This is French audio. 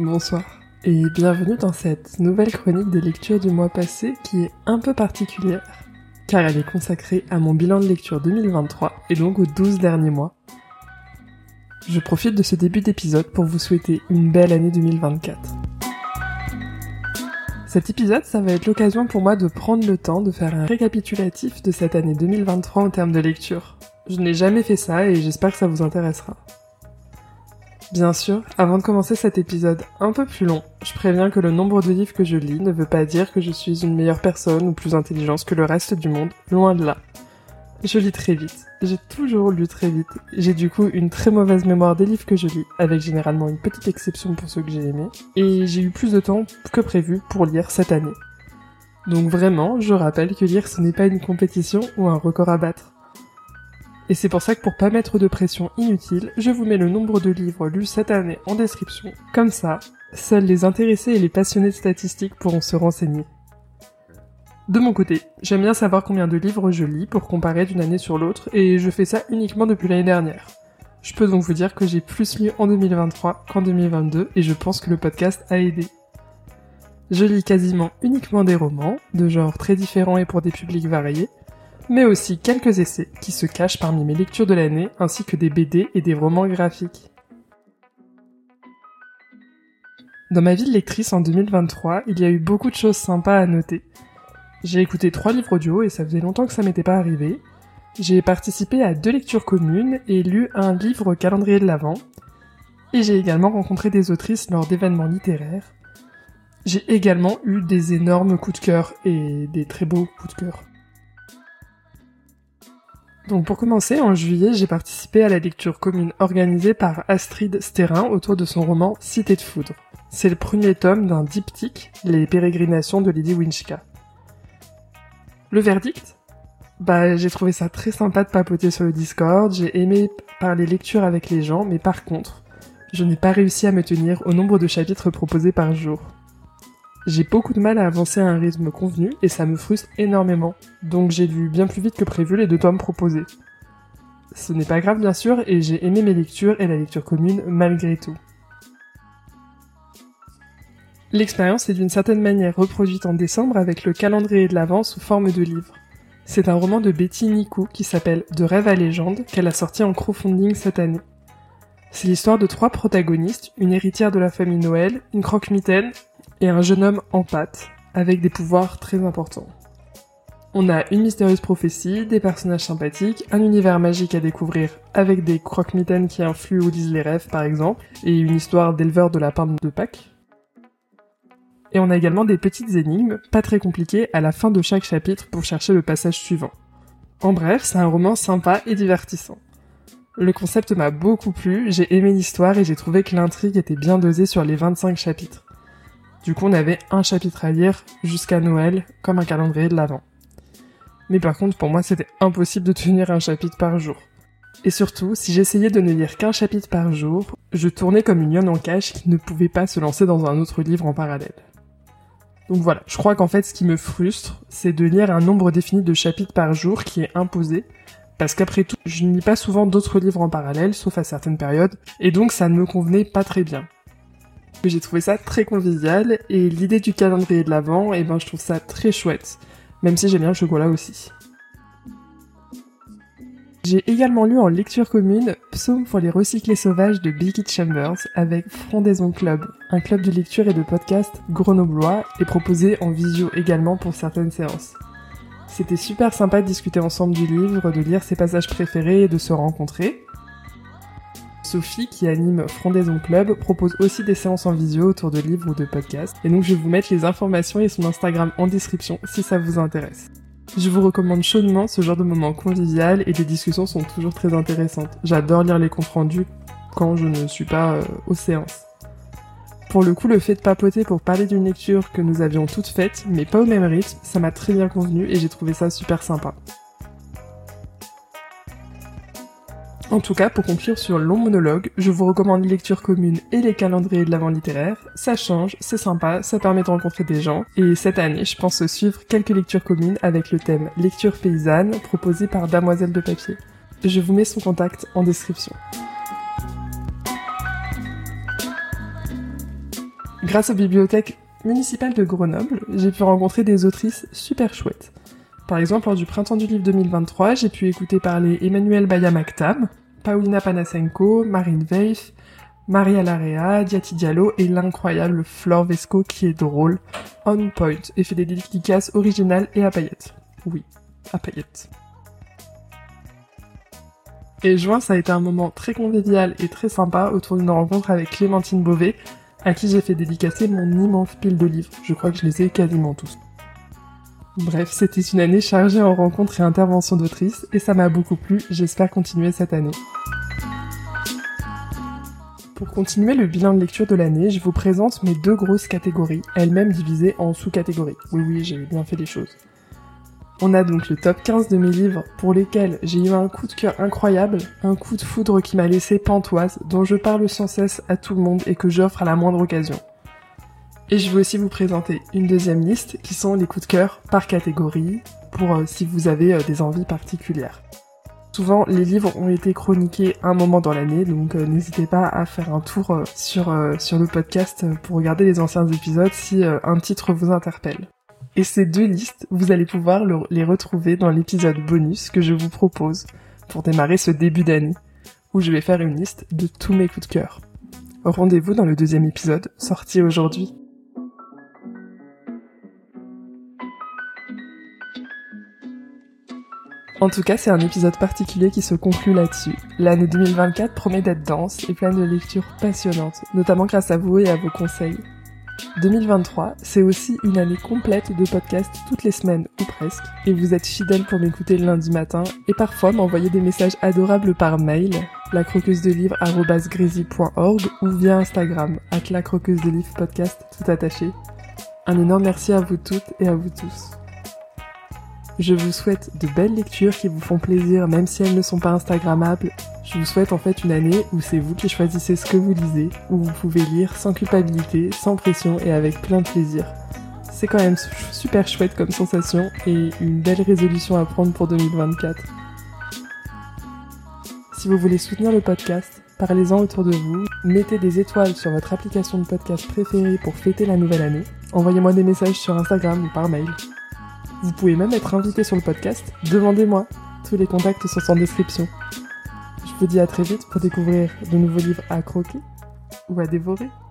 Bonsoir et bienvenue dans cette nouvelle chronique des lectures du mois passé qui est un peu particulière car elle est consacrée à mon bilan de lecture 2023 et donc aux 12 derniers mois. Je profite de ce début d'épisode pour vous souhaiter une belle année 2024. Cet épisode, ça va être l'occasion pour moi de prendre le temps de faire un récapitulatif de cette année 2023 en termes de lecture. Je n'ai jamais fait ça et j'espère que ça vous intéressera. Bien sûr, avant de commencer cet épisode un peu plus long, je préviens que le nombre de livres que je lis ne veut pas dire que je suis une meilleure personne ou plus intelligente que le reste du monde, loin de là. Je lis très vite, j'ai toujours lu très vite, j'ai du coup une très mauvaise mémoire des livres que je lis, avec généralement une petite exception pour ceux que j'ai aimés, et j'ai eu plus de temps que prévu pour lire cette année. Donc vraiment, je rappelle que lire ce n'est pas une compétition ou un record à battre. Et c'est pour ça que pour pas mettre de pression inutile, je vous mets le nombre de livres lus cette année en description. Comme ça, seuls les intéressés et les passionnés de statistiques pourront se renseigner. De mon côté, j'aime bien savoir combien de livres je lis pour comparer d'une année sur l'autre, et je fais ça uniquement depuis l'année dernière. Je peux donc vous dire que j'ai plus lu en 2023 qu'en 2022, et je pense que le podcast a aidé. Je lis quasiment uniquement des romans, de genres très différents et pour des publics variés, mais aussi quelques essais qui se cachent parmi mes lectures de l'année, ainsi que des BD et des romans graphiques. Dans ma vie de lectrice en 2023, il y a eu beaucoup de choses sympas à noter. J'ai écouté 3 livres audio et ça faisait longtemps que ça m'était pas arrivé. J'ai participé à 2 lectures communes et lu un livre calendrier de l'Avent. Et j'ai également rencontré des autrices lors d'événements littéraires. J'ai également eu des énormes coups de cœur et des très beaux coups de cœur. Donc pour commencer, en juillet, j'ai participé à la lecture commune organisée par Astrid Sterrin autour de son roman Cité de foudre. C'est le premier tome d'un diptyque, Les pérégrinations de Lady Winchka. Le verdict ? J'ai trouvé ça très sympa de papoter sur le Discord, j'ai aimé parler lecture avec les gens, mais par contre, je n'ai pas réussi à me tenir au nombre de chapitres proposés par jour. J'ai beaucoup de mal à avancer à un rythme convenu et ça me frustre énormément, donc j'ai lu bien plus vite que prévu les 2 tomes proposés. Ce n'est pas grave bien sûr et j'ai aimé mes lectures et la lecture commune malgré tout. L'expérience est d'une certaine manière reproduite en décembre avec le calendrier de l'Avent sous forme de livre. C'est un roman de Betty Nicou qui s'appelle De rêve à légende qu'elle a sorti en crowdfunding cette année. C'est l'histoire de 3 protagonistes, une héritière de la famille Noël, une croque-mitaine et un jeune homme en pâte, avec des pouvoirs très importants. On a une mystérieuse prophétie, des personnages sympathiques, un univers magique à découvrir avec des croque-mitaines qui influent ou lisent les rêves par exemple, et une histoire d'éleveur de lapins de Pâques. Et on a également des petites énigmes, pas très compliquées, à la fin de chaque chapitre pour chercher le passage suivant. En bref, c'est un roman sympa et divertissant. Le concept m'a beaucoup plu, j'ai aimé l'histoire et j'ai trouvé que l'intrigue était bien dosée sur les 25 chapitres. Du coup, on avait un chapitre à lire jusqu'à Noël, comme un calendrier de l'Avent. Mais par contre, pour moi, c'était impossible de tenir un chapitre par jour. Et surtout, si j'essayais de ne lire qu'un chapitre par jour, je tournais comme une lionne en cage qui ne pouvait pas se lancer dans un autre livre en parallèle. Donc voilà, je crois qu'en fait, ce qui me frustre, c'est de lire un nombre défini de chapitres par jour qui est imposé, parce qu'après tout, je ne lis pas souvent d'autres livres en parallèle, sauf à certaines périodes, et donc ça ne me convenait pas très bien. J'ai trouvé ça très convivial, et l'idée du calendrier de l'Avent, je trouve ça très chouette, même si j'aime bien le chocolat aussi. J'ai également lu en lecture commune Psaume pour les recyclés sauvages de Becky Chambers avec Frondaison Club, un club de lecture et de podcast grenoblois et proposé en visio également pour certaines séances. C'était super sympa de discuter ensemble du livre, de lire ses passages préférés et de se rencontrer. Sophie, qui anime Frondaison Club, propose aussi des séances en visio autour de livres ou de podcasts, et donc je vais vous mettre les informations et son Instagram en description si ça vous intéresse. Je vous recommande chaudement ce genre de moment convivial et les discussions sont toujours très intéressantes. J'adore lire les comptes rendus quand je ne suis pas aux séances. Pour le coup, le fait de papoter pour parler d'une lecture que nous avions toutes faites, mais pas au même rythme, ça m'a très bien convenu et j'ai trouvé ça super sympa. En tout cas, pour conclure sur le long monologue, je vous recommande les lectures communes et les calendriers de l'Avent littéraire. Ça change, c'est sympa, ça permet de rencontrer des gens. Et cette année, je pense suivre quelques lectures communes avec le thème lecture paysanne proposé par Damoiselle de Papier. Je vous mets son contact en description. Grâce aux bibliothèques municipales de Grenoble, j'ai pu rencontrer des autrices super chouettes. Par exemple, lors du Printemps du Livre 2023, j'ai pu écouter parler Emmanuelle Baya-Maktam, Paulina Panasenko, Marine Weif, Maria Larrea, Diati Diallo et l'incroyable Flore Vesco qui est drôle, on point et fait des dédicaces originales et à paillettes. Oui, à paillettes. Et juin, ça a été un moment très convivial et très sympa autour d'une rencontre avec Clémentine Beauvais, à qui j'ai fait dédicacer mon immense pile de livres. Je crois que je les ai quasiment tous. Bref, c'était une année chargée en rencontres et interventions d'autrices, et ça m'a beaucoup plu, j'espère continuer cette année. Pour continuer le bilan de lecture de l'année, je vous présente mes 2 grosses catégories, elles-mêmes divisées en sous-catégories. Oui, j'ai bien fait les choses. On a donc le top 15 de mes livres pour lesquels j'ai eu un coup de cœur incroyable, un coup de foudre qui m'a laissé pantoise, dont je parle sans cesse à tout le monde et que j'offre à la moindre occasion. Et je vais aussi vous présenter une deuxième liste qui sont les coups de cœur par catégorie, pour si vous avez des envies particulières. Souvent, les livres ont été chroniqués un moment dans l'année, donc n'hésitez pas à faire un tour sur le podcast pour regarder les anciens épisodes si un titre vous interpelle. Et ces 2 listes, vous allez pouvoir les retrouver dans l'épisode bonus que je vous propose pour démarrer ce début d'année, où je vais faire une liste de tous mes coups de cœur. Rendez-vous dans le 2e épisode, sorti aujourd'hui. En tout cas, c'est un épisode particulier qui se conclut là-dessus. L'année 2024 promet d'être dense et pleine de lectures passionnantes, notamment grâce à vous et à vos conseils. 2023, c'est aussi une année complète de podcasts toutes les semaines, ou presque, et vous êtes fidèles pour m'écouter le lundi matin, et parfois m'envoyer des messages adorables par mail, lacroqueusedelivre@grizy.org ou via Instagram, @lacroqueusedelivre-podcast, tout attaché. Un énorme merci à vous toutes et à vous tous. Je vous souhaite de belles lectures qui vous font plaisir même si elles ne sont pas instagrammables. Je vous souhaite en fait une année où c'est vous qui choisissez ce que vous lisez, où vous pouvez lire sans culpabilité, sans pression et avec plein de plaisir. C'est quand même super chouette comme sensation et une belle résolution à prendre pour 2024. Si vous voulez soutenir le podcast, parlez-en autour de vous, mettez des étoiles sur votre application de podcast préférée pour fêter la nouvelle année, envoyez-moi des messages sur Instagram ou par mail. Vous pouvez même être invité sur le podcast, demandez-moi. Tous les contacts sont en description. Je vous dis à très vite pour découvrir de nouveaux livres à croquer ou à dévorer.